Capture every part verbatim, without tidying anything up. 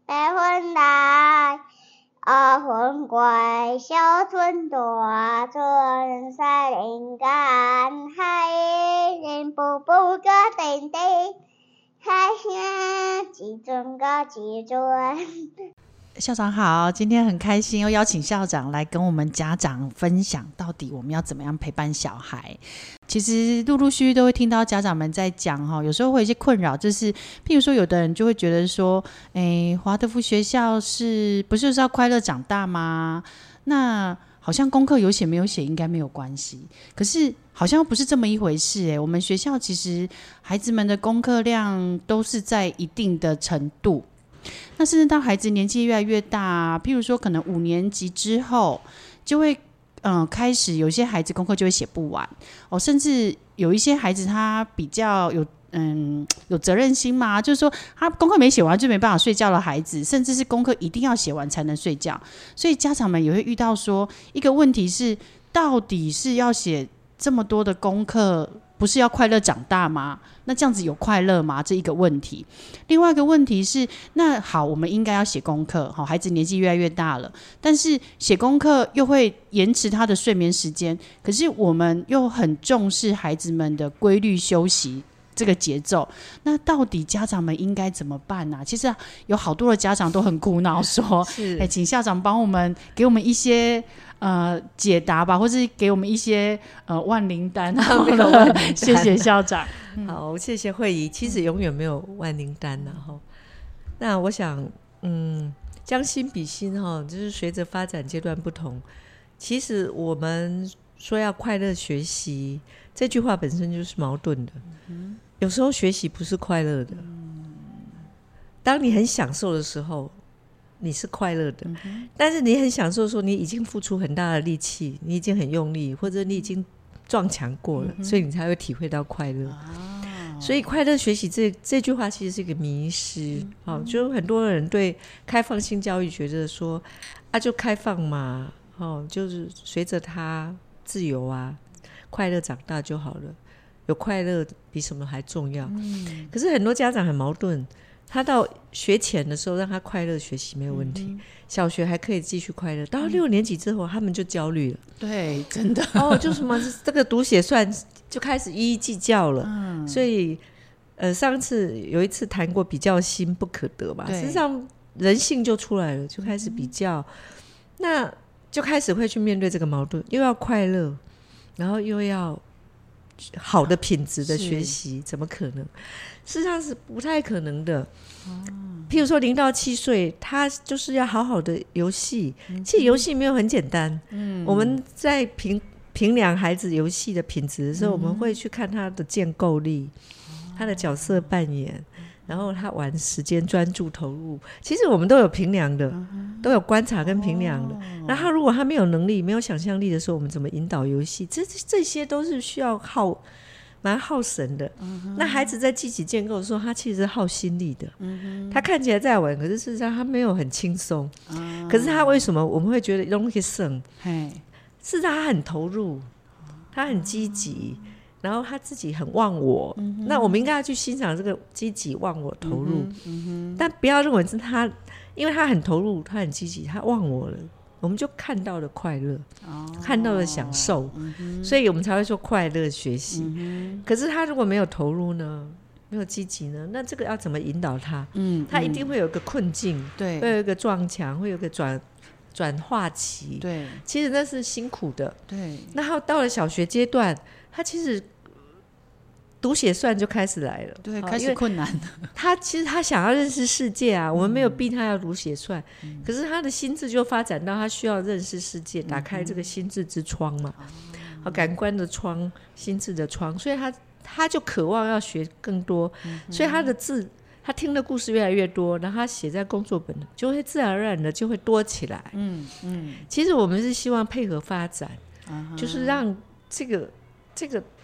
白云来，阿云归，小村大村山林间，海人步步个点点，海声一阵个一阵。 校长好，今天很开心又邀请校长来跟我们家长分享到底我们要怎么样陪伴小孩。其实陆陆续续都会听到家长们在讲，有时候会有一些困扰，就是譬如说有的人就会觉得说，诶，华德福学校是不是就是要快乐长大吗？那好像功课有写没有写应该没有关系，可是好像不是这么一回事耶。我们学校其实孩子们的功课量都是在一定的程度，那甚至当孩子年纪越来越大，譬如说可能五年级之后就会嗯，开始有些孩子功课就会写不完哦，甚至有一些孩子他比较有嗯有责任心嘛，就是说他功课没写完就没办法睡觉的孩子，甚至是功课一定要写完才能睡觉。所以家长们也会遇到说一个问题是，到底是要写这么多的功课，不是要快乐长大吗？那这样子有快乐吗？这一个问题。另外一个问题是，那好，我们应该要写功课，好，孩子年纪越来越大了，但是写功课又会延迟他的睡眠时间，可是我们又很重视孩子们的规律休息这个节奏，那到底家长们应该怎么办呢、啊？其实、啊、有好多的家长都很苦恼说，哎，请校长帮我们给我们一些呃解答吧，或是给我们一些呃万灵丹。 没有万灵丹， 谢谢校长。 好，谢谢慧仪。其实永远没有万灵丹啊、嗯、那我想，嗯，将心比心哈，就是随着发展阶段不同，其实我们说要快乐学习，这句话本身就是矛盾的。嗯、有时候学习不是快乐的，嗯、当你很享受的时候，你是快乐的，嗯、但是你很享受的时候，你已经付出很大的力气，你已经很用力，或者你已经撞墙过了、嗯、所以你才会体会到快乐、哦、所以快乐学习 这, 这句话其实是一个迷思、嗯哦、就很多人对开放性教育觉得说啊就开放嘛、哦、就是随着他自由啊，快乐长大就好了，有快乐比什么还重要、嗯、可是很多家长很矛盾，他到学前的时候让他快乐学习没有问题、嗯、小学还可以继续快乐，到六年级之后他们就焦虑了。 对，真的哦，就什么这个读写算就开始一一计较了、嗯、所以呃，上次有一次谈过比较心不可得嘛，事实上人性就出来了，就开始比较、嗯、那就开始会去面对这个矛盾，又要快乐然后又要好的品质的学习，怎么可能？事实上是不太可能的、哦、譬如说零到七岁他就是要好好的游戏、嗯、其实游戏没有很简单、嗯、我们在评评量孩子游戏的品质的时候、嗯、我们会去看他的建构力、哦、他的角色扮演，然后他玩时间专注投入，其实我们都有评量的、嗯、都有观察跟评量的、哦、那他如果他没有能力没有想象力的时候，我们怎么引导游戏， 这, 这些都是需要耗蛮耗神的、嗯、那孩子在积极建构的时候他其实是耗心力的、嗯、他看起来在玩，可是事实上他没有很轻松、嗯、可是他为什么我们会觉得容易胜，事实上他很投入，他很积极、嗯，然后他自己很忘我、嗯、那我们应该要去欣赏这个积极忘我投入、嗯嗯、但不要认为是他因为他很投入他很积极他忘我了，我们就看到了快乐、哦、看到了享受、嗯、所以我们才会说快乐学习、嗯、可是他如果没有投入呢，没有积极呢，那这个要怎么引导他、嗯、他一定会有一个困境，对，会有一个撞墙，会有一个转转化期，对，其实那是辛苦的，对。那他到了小学阶段，他其实读写算就开始来了， 对，开始困难了。 他其实他想要认识世界啊，我们没有逼他要读写算、嗯、可是他的心智就发展到他需要认识世界、嗯、打开这个心智之窗嘛、嗯、感官的窗，心智的窗，所以他他就渴望要学更多、嗯、所以他的字他听的故事越来越多，然后他写在工作本就会自然而然的就会多起来。嗯嗯，其实我们是希望配合发展、uh-huh. 就是让这个这个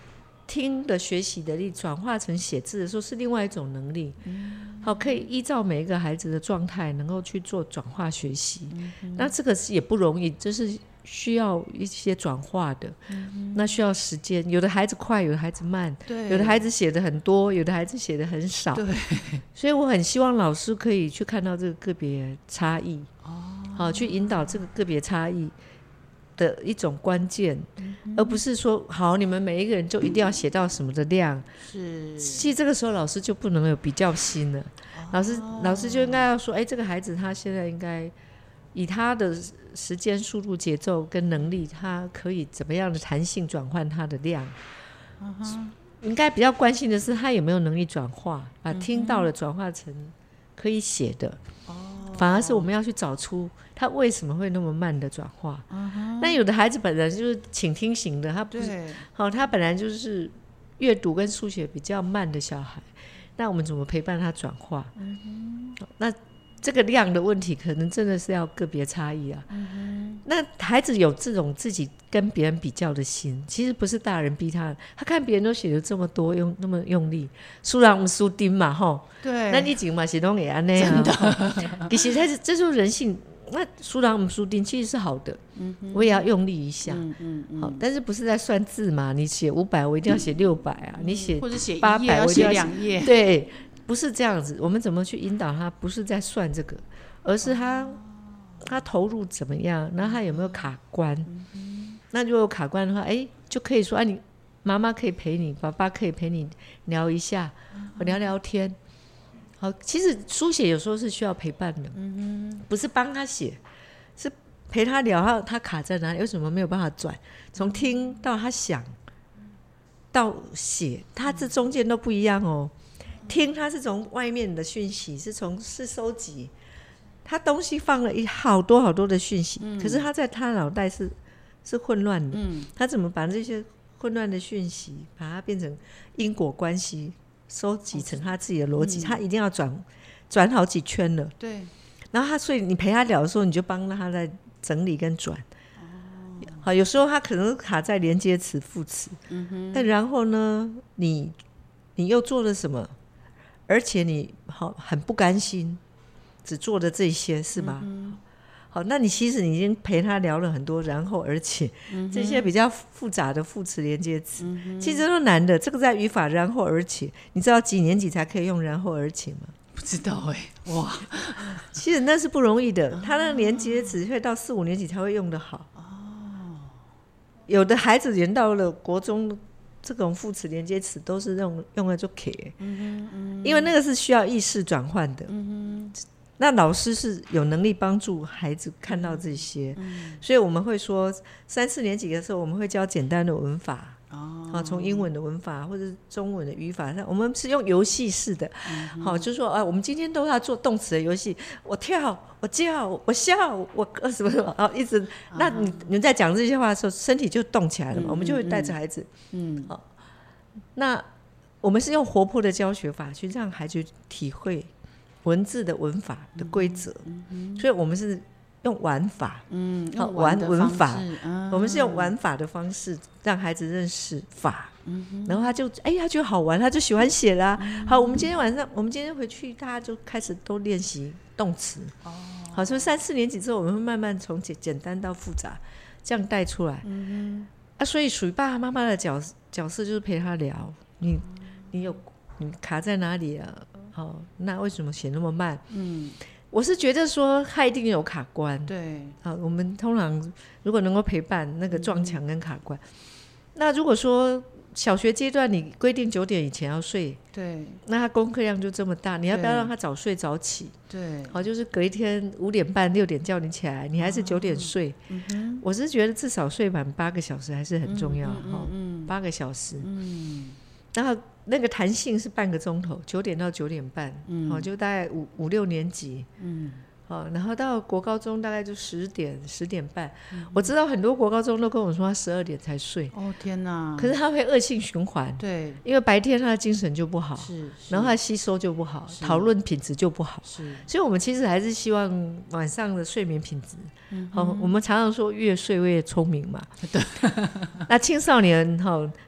听的学习的力转化成写字的时候是另外一种能力，嗯、好，可以依照每一个孩子的状态能够去做转化学习，嗯、那这个是也不容易，这是需要一些转化的，嗯、那需要时间，有的孩子快，有的孩子慢，有的孩子写的很多，有的孩子写的很少，对，所以我很希望老师可以去看到这个个别差异，哦、好，去引导这个个别差异的一种关键，嗯、而不是说好你们每一个人就一定要写到什么的量，是，其实这个时候老师就不能有比较心了，哦、老师老师就应该要说，哎，这个孩子他现在应该以他的时间速度节奏跟能力，他可以怎么样的弹性转换他的量，嗯、应该比较关心的是他有没有能力转化，把听到的转化成可以写的，嗯、反而是我们要去找出他为什么会那么慢的转化，嗯、那有的孩子本来就是倾听型的，他不是，好，他本来就是阅读跟数学比较慢的小孩，那我们怎么陪伴他转化，嗯、那这个量的问题可能真的是要个别差异啊，嗯、那孩子有这种自己跟别人比较的心，其实不是大人逼他，他看别人都写了这么多，用那么用力，输人不输丁嘛，吼，对，那你嘛是都会这样啊，真的，其实这这就是人性。那输人不输丁其实是好的，嗯、我也要用力一下，嗯嗯嗯、好，但是不是在算字嘛？你写五百，我一定要写六百啊！嗯、你写八百，我一定要写两页，对，不是这样子。我们怎么去引导他？不是在算这个，而是他、哦、他投入怎么样？然后他有没有卡关？嗯、那如果有卡关的话，哎，就可以说，啊，你妈妈可以陪你，爸爸可以陪你聊一下，我聊聊天。好，其实书写有时候是需要陪伴的，嗯、不是帮他写，是陪他聊他他卡在哪里，为什么没有办法转，从听到他想到写，他这中间都不一样哦。听他是从外面的讯息，是从是收集，他东西放了一好多好多的讯息，嗯、可是他在他脑袋是是混乱的，嗯、他怎么把这些混乱的讯息把它变成因果关系，收集成他自己的逻辑，嗯、他一定要转转好几圈了。对，然后他所以你陪他聊的时候，你就帮他在整理跟转。哦，好，有时候他可能卡在连接词、副词，嗯哼，但然后呢，你你又做了什么？而且你好很不甘心，只做了这些是吗？嗯、好，那你其实你已经陪他聊了很多，然后而且、嗯、这些比较复杂的副词连接词、嗯、其实都难的。这个在语法然后而且，你知道几年级才可以用然后而且吗？ 不知道哎、欸，哇， 其实那是不容易的，他那个连接词会到四五年级才会用得好。哦，有的孩子连到了国中，这种副词连接词都是用用了就可以、嗯嗯、因为那个是需要意识转换的、嗯、那老师是有能力帮助孩子看到这些、嗯、所以我们会说三四年级的时候我们会教简单的文法，哦，从英文的文法或者中文的语法上，我们是用游戏式的、嗯、好，就是说、啊、我们今天都要做动词的游戏，我跳我叫我笑我什么什么、啊、一直、啊、那你你在讲这些话的时候身体就动起来了嘛、嗯、我们就会带着孩子嗯，好，那我们是用活泼的教学法去让孩子体会文字的文法的规则、嗯嗯、所以我们是用玩法，嗯，好，玩文法、啊，我们是用玩法的方式让孩子认识法，嗯、然后他就哎，他觉得好玩，他就喜欢写啦、啊嗯。好，我们今天晚上，我们今天回去，大家就开始都练习动词。哦，好，所以三四年级之后，我们会慢慢从简简单到复杂这样带出来。嗯啊，所以属于爸爸妈妈的角角色就是陪他聊，你你有你卡在哪里啊？好、哦，那为什么写那么慢？嗯。我是觉得说他一定有卡关，对啊，我们通常如果能够陪伴那个撞墙跟卡关、嗯、那如果说小学阶段你规定九点以前要睡，对，那他功课量就这么大，你要不要让他早睡早起？对，好，就是隔一天五点半六点叫你起来，你还是九点睡、哦嗯、我是觉得至少睡满八个小时还是很重要，嗯嗯嗯、八个小时，嗯，然后那个弹性是半个钟头，九点到九点半，嗯，哦，就大概五五六年级，嗯，哦，然后到国高中大概就十点十点半、嗯。我知道很多国高中都跟我说他十二点才睡，哦天哪！可是他会恶性循环，对，因为白天他的精神就不好，是，然后他吸收就不好，讨论品质就不好，是。所以我们其实还是希望晚上的睡眠品质。嗯、哦，我们常常说越睡越聪明嘛，对。那青少年哈、哦，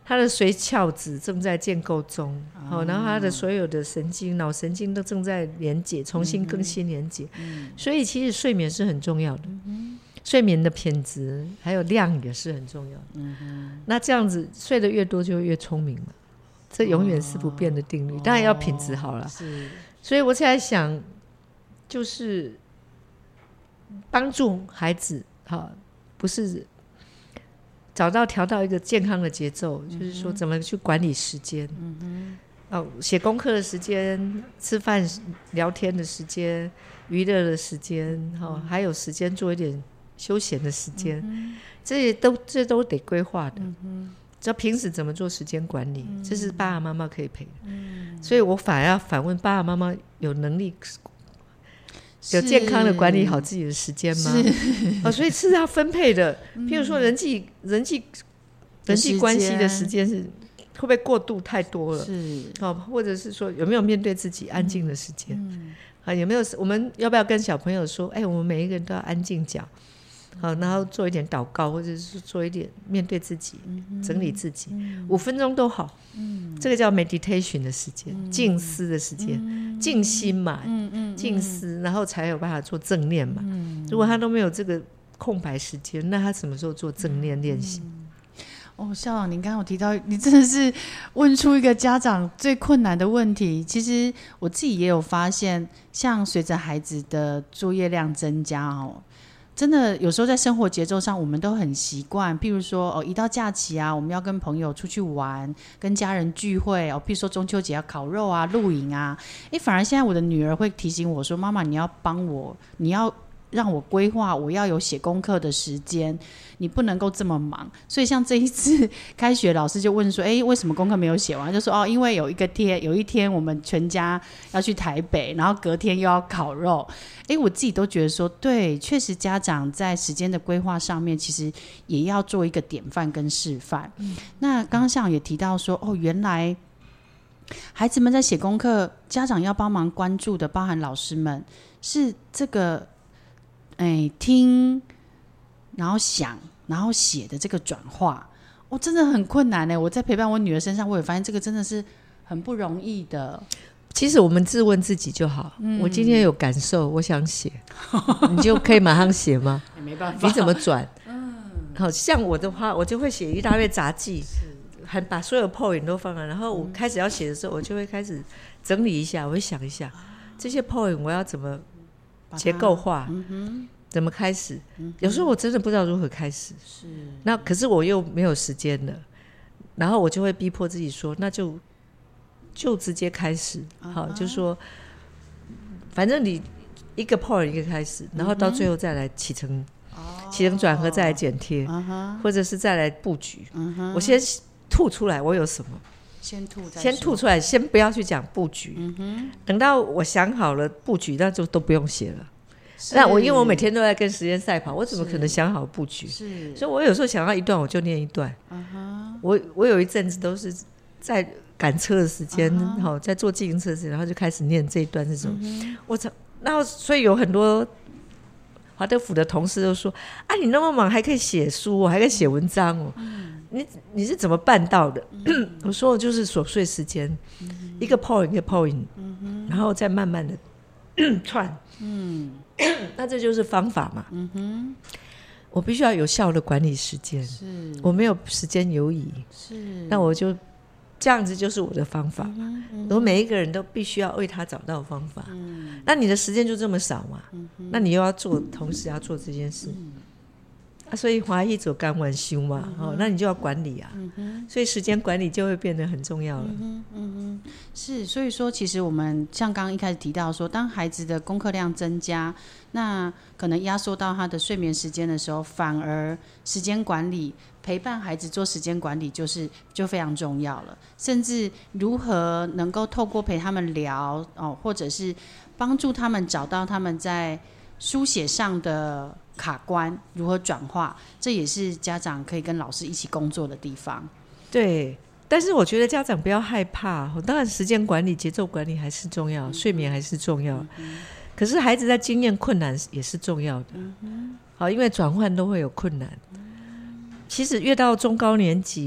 他的髓鞘质正在建构中、哦、然后他的所有的神经脑神经都正在连接，重新更新连接、嗯、所以其实睡眠是很重要的、嗯、睡眠的品质还有量也是很重要的、嗯、那这样子睡得越多就越聪明嘛，这永远是不变的定律、哦、当然要品质好了、哦、所以我现在想就是帮助孩子、哦、不是找到调到一个健康的节奏、嗯、就是说怎么去管理时间、嗯哦、写功课的时间，吃饭聊天的时间，娱乐的时间、哦、还有时间做一点休闲的时间、嗯、这些都这都得规划的、嗯、知道平时怎么做时间管理、嗯、这是爸爸妈妈可以陪的、嗯、所以我反而要反问爸爸妈妈有能力有健康的管理好自己的时间吗？哦，所以是要分配的。譬如说人际、嗯、人际人际关系的时间是会不会过度太多了？是、哦、或者是说有没有面对自己安静的时间、嗯啊？有没有我们要不要跟小朋友说，哎，我们每一个人都要安静讲，好、然后做一点祷告，或者是做一点面对自己、嗯、整理自己、嗯、五分钟都好、嗯、这个叫 meditation 的时间、嗯、静思的时间、嗯、静心嘛、嗯嗯、静思，然后才有办法做正念嘛、嗯、如果他都没有这个空白时间，那他什么时候做正念练习、嗯哦，校长您刚刚有提到，你真的是问出一个家长最困难的问题。其实我自己也有发现，像随着孩子的作业量增加哦，真的有时候在生活节奏上我们都很习惯，譬如说哦，一到假期啊，我们要跟朋友出去玩，跟家人聚会哦，譬如说中秋节要烤肉啊、露营啊，诶，反而现在我的女儿会提醒我说，妈妈你要帮我，你要让我规划，我要有写功课的时间，你不能够这么忙。所以像这一次开学，老师就问说，哎，为什么功课没有写完？就说哦，因为有一个天，有一天我们全家要去台北，然后隔天又要烤肉。哎，我自己都觉得说，对，确实家长在时间的规划上面，其实也要做一个典范跟示范。嗯、那刚刚校长也提到说，哦，原来孩子们在写功课，家长要帮忙关注的，包含老师们，是这个。哎，听，然后想，然后写的这个转化，哦，真的很困难呢。我在陪伴我女儿身上，我也发现这个真的是很不容易的。 其实我们自问自己就好、嗯、我今天有感受，我想写你就可以马上写吗？ 没办法， 你怎么转、嗯、好像我的话，我就会写一大堆杂记，很把所有 point 都放了，然后我开始要写的时候，我就会开始整理一下，我会想一下这些 point 我要怎么结构化、嗯、哼，怎么开始、嗯、有时候我真的不知道如何开始，是，那可是我又没有时间了，然后我就会逼迫自己说，那就就直接开始、uh-huh. 好，就是说反正你一个 point 一个开始，然后到最后再来起承、uh-huh. 起承转合，再来剪贴、uh-huh. 或者是再来布局、uh-huh. 我先吐出来我有什么， 先吐再说， 先吐出来，先不要去讲布局、uh-huh. 等到我想好了布局，那就都不用写了。那我因为我每天都在跟时间赛跑，我怎么可能想好布局？是，所以我有时候想到一段我就念一段、uh-huh. 我, 我有一阵子都是在赶车的时间、uh-huh. 在坐自行车的时间，然后就开始念这一段是什么、uh-huh. 我然后所以有很多华德福的同事都说啊，你那么忙还可以写书、哦、还可以写文章哦、uh-huh. 你, 你是怎么办到的、uh-huh. 我说我就是琐碎时间、uh-huh. 一个 point 一个 point、uh-huh. 然后再慢慢的串，嗯，那这就是方法嘛。嗯哼，我必须要有效的管理时间，是，我没有时间游移，是，那我就这样子就是我的方法。嗯嗯、我每一个人都必须要为他找到方法。嗯，那你的时间就这么少嘛？嗯、那你又要做，同时要做这件事。嗯啊、所以华裔走干完休嘛、嗯哦，那你就要管理啊、嗯，所以时间管理就会变得很重要了。嗯嗯嗯，是，所以说其实我们像刚刚一开始提到说，当孩子的功课量增加，那可能压缩到他的睡眠时间的时候，反而时间管理陪伴孩子做时间管理就是就非常重要了，甚至如何能够透过陪他们聊哦，或者是帮助他们找到他们在书写上的卡关如何转化，这也是家长可以跟老师一起工作的地方。 对，但是我觉得家长不要害怕，当然时间管理节奏管理还是重要、嗯、睡眠还是重要、嗯、可是孩子在经验困难也是重要的、嗯、好，因为转换都会有困难、嗯、其实越到中高年级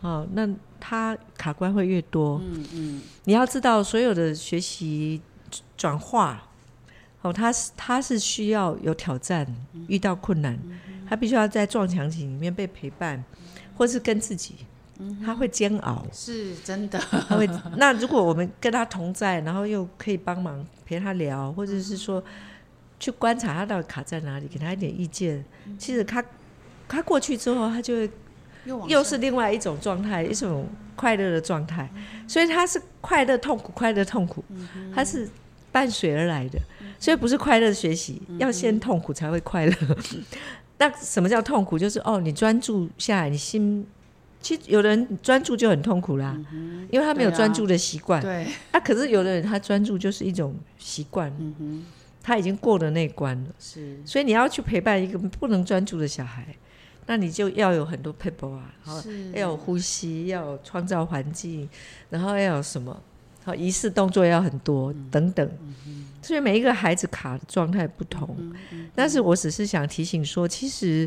哦，那他卡关会越多。嗯嗯，你要知道，所有的学习转化，哦，他是他是需要有挑战，遇到困难，他必须要在撞墙期里面被陪伴，或是跟自己。他会煎熬， 是真的。 他会那如果我们跟他同在，然后又可以帮忙陪他聊，或者是说去观察他到底卡在哪里，给他一点意见。其实他他过去之后，他就会又是另外一种状态，一种快乐的状态。所以他是快乐痛苦，快乐痛苦，他是伴随而来的。所以不是快乐学习，要先痛苦才会快乐。那什么叫痛苦？就是哦，你专注下来，你心。其实有的人专注就很痛苦啦，嗯、因为他没有专注的习惯。对、啊，啊，可是有的人他专注就是一种习惯、嗯，他已经过了那关了。是，所以你要去陪伴一个不能专注的小孩，那你就要有很多 people 啊，要有呼吸，要有创造环境，然后要有什么，好仪式动作要很多、嗯、等等、嗯。所以每一个孩子卡的状态不同、嗯嗯，但是我只是想提醒说，其实。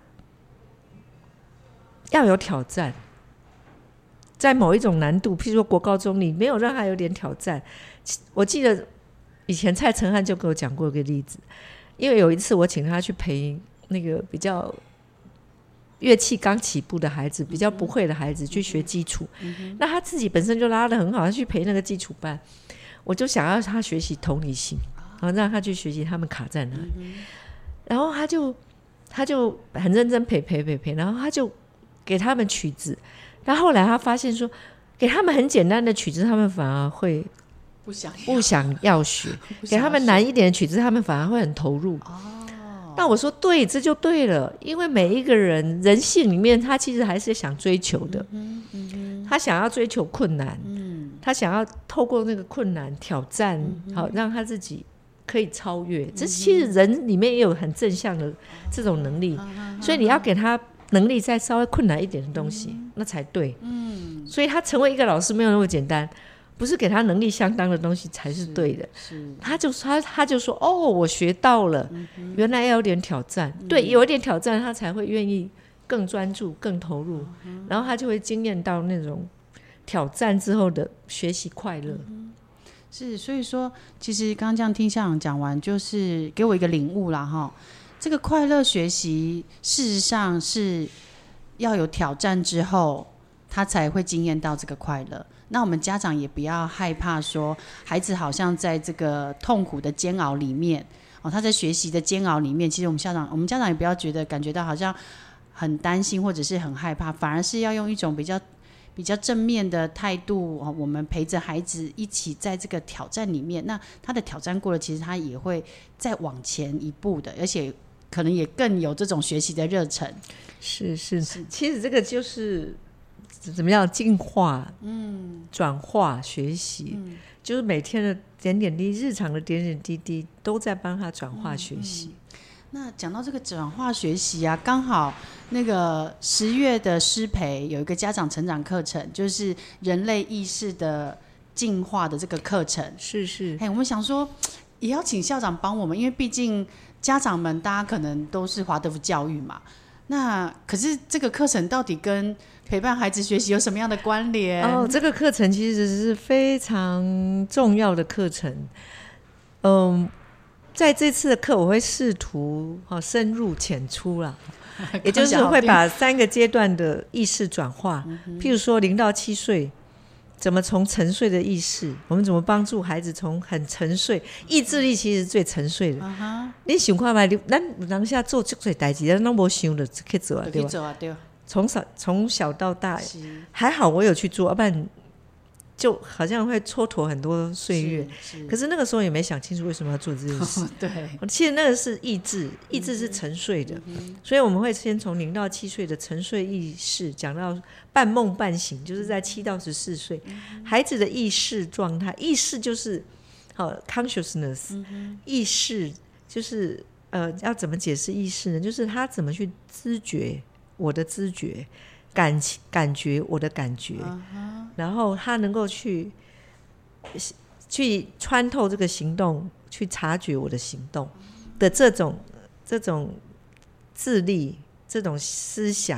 要有挑战，在某一种难度，譬如说国高中，你没有让他有点挑战。我记得以前蔡承翰就给我讲过一个例子，因为有一次我请他去陪那个比较乐器刚起步的孩子，比较不会的孩子去学基础、嗯、那他自己本身就拉得很好，他去陪那个基础班，我就想要他学习同理心，然后让他去学习他们卡在哪里、嗯、然后他就他就很认真陪陪陪陪，然后他就给他们曲子，但后来他发现说，给他们很简单的曲子，他们反而会不想要不想要学；给他们难一点的曲子，他们反而会很投入。哦，那我说对，这就对了，因为每一个人人性里面，他其实还是想追求的，嗯嗯、他想要追求困难、嗯，他想要透过那个困难挑战，嗯、好让他自己可以超越。这其实人里面也有很正向的这种能力，嗯、所以你要给他。能力再稍微困难一点的东西、嗯、那才对、嗯、所以他成为一个老师没有那么简单，不是给他能力相当的东西才是对的。是是他就他他就说哦，我学到了、嗯、原来要有点挑战、嗯、对，有一点挑战他才会愿意更专注更投入、嗯、然后他就会经验到那种挑战之后的学习快乐、嗯、 是，所以说其实刚刚这样听校长讲完，就是给我一个领悟啦齁，这个快乐学习事实上是要有挑战之后他才会经验到这个快乐。那我们家长也不要害怕说孩子好像在这个痛苦的煎熬里面、哦、他在学习的煎熬里面，其实我们家长我们家长也不要觉得感觉到好像很担心或者是很害怕，反而是要用一种比较比较正面的态度、哦、我们陪着孩子一起在这个挑战里面，那他的挑战过了，其实他也会再往前一步的，而且可能也更有这种学习的热忱。 是是是，其实这个就是怎么样进化、嗯，转化学习、嗯，就是每天的点点滴滴，日常的点点滴滴都在帮他转化学习。嗯嗯， 那讲到这个转化学习啊，刚好那个十月的师培有一个家长成长课程，就是人类意识的进化的这个课程。 是是， 哎，我们想说也要请校长帮我们，因为毕竟家长们大家可能都是华德福教育嘛，那可是这个课程到底跟陪伴孩子学习有什么样的关联？ 哦，这个课程其实是非常重要的课程。嗯，在这次的课我会试图、哦、深入浅出啦，也就是会把三个阶段的意识转化，譬如说零到七岁怎么从沉睡的意识，我们怎么帮助孩子从很沉睡，意志力其实是最沉睡的、uh-huh. 你想看嘛，咱当下做这些事情咱都没想就可以做啊，对吧？从小从小到大还好我有去做，要不然就好像会蹉跎很多岁月，是是，可是那个时候也没想清楚为什么要做这件事、哦、对，其实那个是意志，意志是沉睡的、嗯、所以我们会先从零到七岁的沉睡意识讲到半梦半醒，就是在七到十四岁、嗯、孩子的意识状态，意识就是、哦、consciousness、嗯、意识就是呃，要怎么解释意识呢？就是他怎么去知觉，我的知觉，感感觉我的感觉、uh-huh. 然后他能够去去穿透这个行动，去察觉我的行动的这种这种智力，这种思想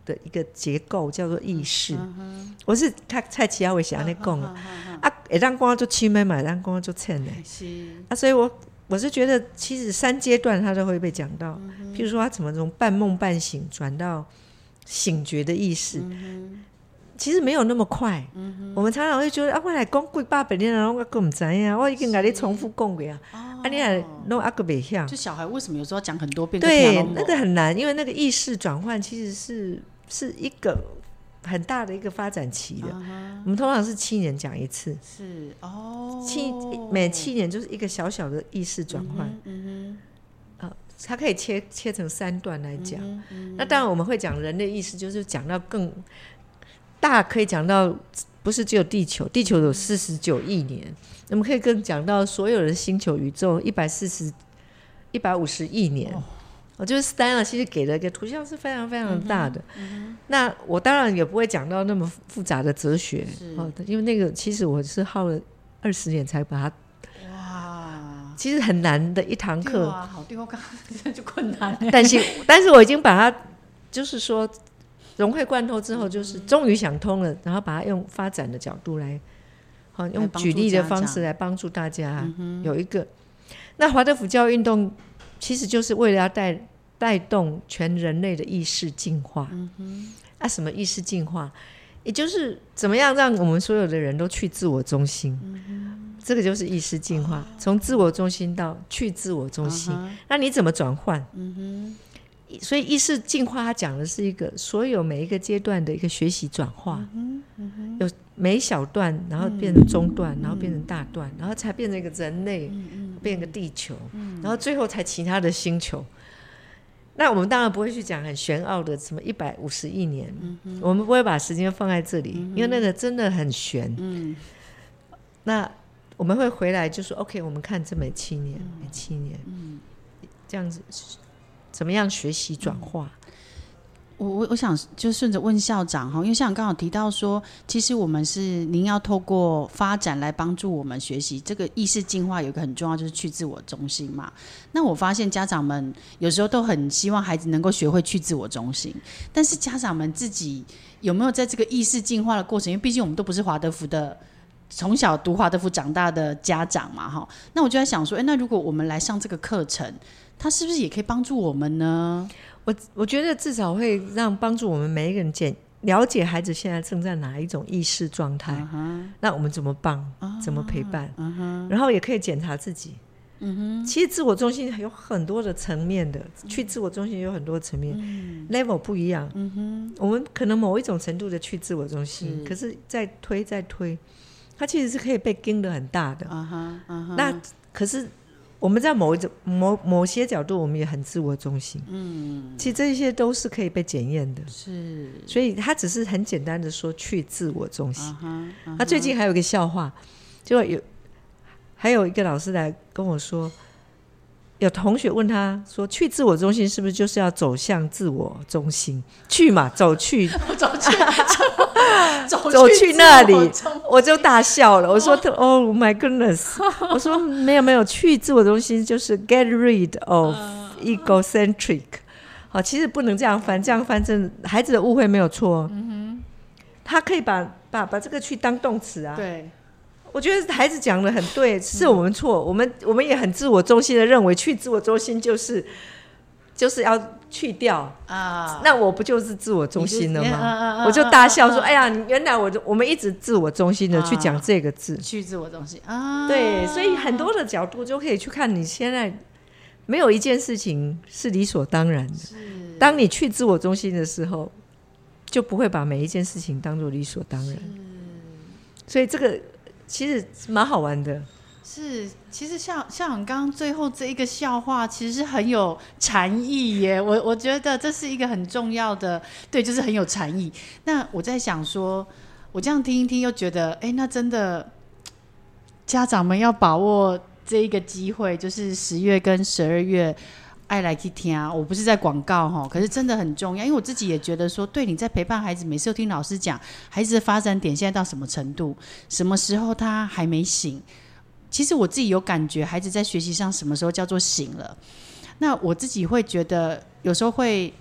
的一个结构叫做意识。嗯、我是看蔡奇亚伟写那讲啊，啊，会当讲就轻的嘛，会当讲就浅的。是啊，所以我我是觉得，其实三阶段它都会被讲到。嗯、譬如说，他怎么从半梦半醒转到醒觉的意识。嗯其实没有那么快，嗯、我们常常会觉得啊，我来讲几百遍了，我都不知道，我已经跟你重复讲过啊，哦、啊，你还都还不晓。 就小孩为什么有时候讲很多遍？ 对，那个很难，因为那个意识转换其实是是一个很大的一个发展期的。Uh-huh、我们通常是七年讲一次， 是哦， 七每七年就是一个小小的意识转换。嗯哼，啊，它可以切切成三段来讲。嗯嗯、那当然我们会讲人类意识，就是讲到更。大可以讲到不是只有地球，地球有四十九亿年，我们可以更讲到所有的星球宇宙一百四十、一百五十亿年。哦，我就是 Steiner 其实给了一个图像是非常非常大的。嗯嗯、那我当然也不会讲到那么复杂的哲学，哦，因为那个其实我是耗了二十年才把它。哇，其实很难的一堂课。对啊，好对我刚刚就困难。 但是但是我已经把它，就是说。融会贯通之后，就是终于想通了，然后把它用发展的角度来，好用举例的方式来帮助大家。有一个，那华德福教育运动其实就是为了要带带动全人类的意识进化。嗯、啊，什么意识进化？也就是怎么样让我们所有的人都去自我中心。嗯、这个就是意识进化，从、哦、自我中心到去自我中心。嗯、那你怎么转换？嗯所以意识进化它讲的是一个所有每一个阶段的一个学习转化。嗯嗯、有每一小段然后变成中段、嗯、然后变成大段、嗯、然后才变成一个人类、嗯、变成一个地球、嗯、然后最后才其他的星球。那我们当然不会去讲很玄奥的什么一百五十亿年、嗯、我们不会把时间放在这里、嗯、因为那个真的很玄、嗯、那我们会回来就说 OK 我们看这每七年、嗯、每七年、嗯、这样子怎么样学习转化、嗯、 我我想就顺着问校长，因为校长刚好提到说其实我们是您要透过发展来帮助我们学习这个意识进化，有一个很重要就是去自我中心嘛。那我发现家长们有时候都很希望孩子能够学会去自我中心，但是家长们自己有没有在这个意识进化的过程，因为毕竟我们都不是华德福的从小读华德福长大的家长嘛，那我就在想说，那如果我们来上这个课程，它是不是也可以帮助我们呢？ 我我觉得至少会让帮助我们每一个人解了解孩子现在正在哪一种意识状态、uh-huh. 那我们怎么帮、uh-huh. 怎么陪伴、uh-huh. 然后也可以检查自己、uh-huh. 其实自我中心有很多的层面的、uh-huh. 去自我中心有很多的层面、uh-huh. level 不一样、uh-huh. 我们可能某一种程度的去自我中心、uh-huh. 可是再推再推它其实是可以被盯得很大的、uh-huh. Uh-huh. 那可是我们在某一种 某, 某些角度我们也很自我中心，嗯，其实这些都是可以被检验的，是，所以他只是很简单的说去自我中心。他、uh-huh, uh-huh. 最近还有一个笑话，就有还有一个老师来跟我说，有同学问他说，去自我中心是不是就是要走向自我中心？去嘛，走去， 走去。 走, 走去那里，我就大笑了。我说 ：“Oh my goodness！” 我说：“没有没有，去自我中心就是 get rid of egocentric。”好，其实不能这样翻，这样翻真的孩子的误会没有错。嗯哼，他可以把把把这个去当动词啊。对，我觉得孩子讲的很对，是我们错。我们我们也很自我中心的认为，去自我中心就是就是要。去掉啊，那我不就是自我中心了吗？啊啊啊、我就大笑说：“啊、哎呀，原来我我们一直自我中心的去讲这个字，啊、 去自我中心啊。” 对，所以很多的角度就可以去看，你现在没有一件事情是理所当然的。当你去自我中心的时候，就不会把每一件事情当作理所当然。所以这个其实蛮好玩的。 是，其实像像刚刚最后这一个笑话，其实是很有禅意耶。我我觉得这是一个很重要的，对，就是很有禅意。那我在想说，我这样听一听，又觉得，哎，那真的家长们要把握这一个机会，就是十月跟十二月。爱来去听，我不是在广告，可是真的很重要，因为我自己也觉得说，对，你在陪伴孩子，每次都听老师讲孩子的发展点现在到什么程度，什么时候他还没醒。其实我自己有感觉孩子在学习上什么时候叫做醒了。那我自己会觉得有时候会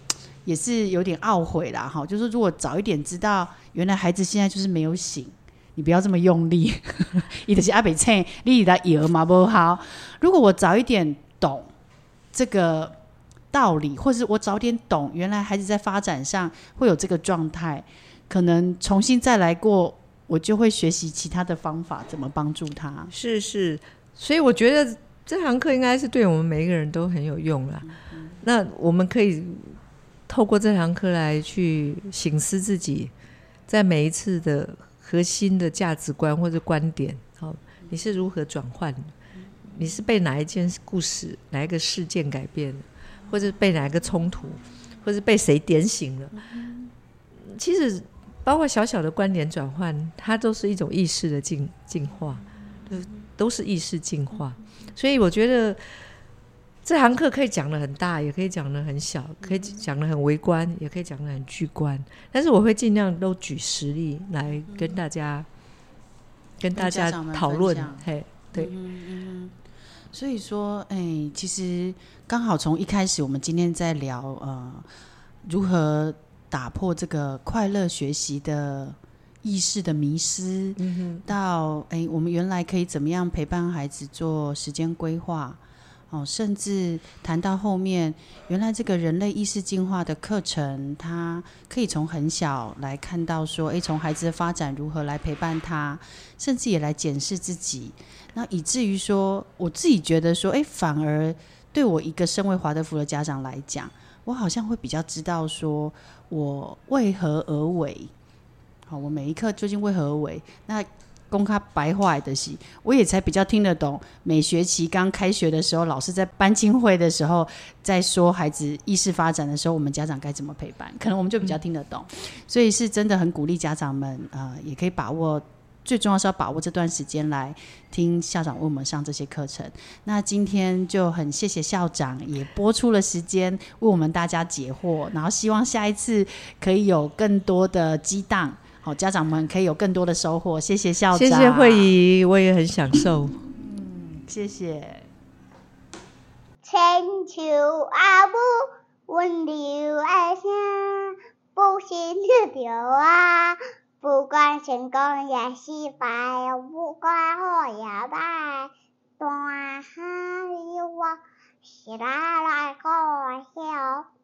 也是有点懊悔啦哈，就是如果早一点知道原来孩子现在就是没有醒，你不要这么用力，他就是还没醒，你的摇嘛不好。如果我早一点懂这个道理，或是我早点懂原来孩子在发展上会有这个状态，可能重新再来过，我就会学习其他的方法怎么帮助他。 是是，所以我觉得这堂课应该是对我们每一个人都很有用啦、嗯、那我们可以透过这堂课来去省思自己在每一次的核心的价值观或者观点、哦、你是如何转换的，你是被哪一件故事哪一个事件改变的，或者被哪一个冲突，或者被谁点醒了。其实包括小小的观点转换，它都是一种意识的 进, 进化，都是意识进化。所以我觉得这堂课可以讲得很大，也可以讲得很小，可以讲得很微观，也可以讲得很巨观，但是我会尽量都举实例来跟大家、嗯、跟大家讨论。嘿，对、嗯嗯、所以说哎，其实刚好从一开始我们今天在聊呃如何打破这个快乐学习的意识的迷失、嗯、到哎，我们原来可以怎么样陪伴孩子做时间规划、哦、甚至谈到后面原来这个人类意识进化的课程，它可以从很小来看到说哎，从孩子的发展如何来陪伴他，甚至也来检视自己，那以至于说我自己觉得说哎，反而对我一个身为华德福的家长来讲，我好像会比较知道说我为何而为，好，我每一课究竟为何而为，那公开白话的是我也才比较听得懂，每学期刚开学的时候老师在班亲会的时候在说孩子意识发展的时候，我们家长该怎么陪伴，可能我们就比较听得懂、嗯、所以是真的很鼓励家长们、呃、也可以把握，最重要是要把握这段时间来听校长为我们上这些课程。那今天就很谢谢校长也播出了时间为我们大家解惑，然后希望下一次可以有更多的激荡，好，家长们可以有更多的收获。谢谢校长， 谢谢慧仪，我也很享受。 嗯，谢谢。 千秋阿母温柔的声，不心跳啊，不管成功也失败，不管好也歹，大海我是来来开笑。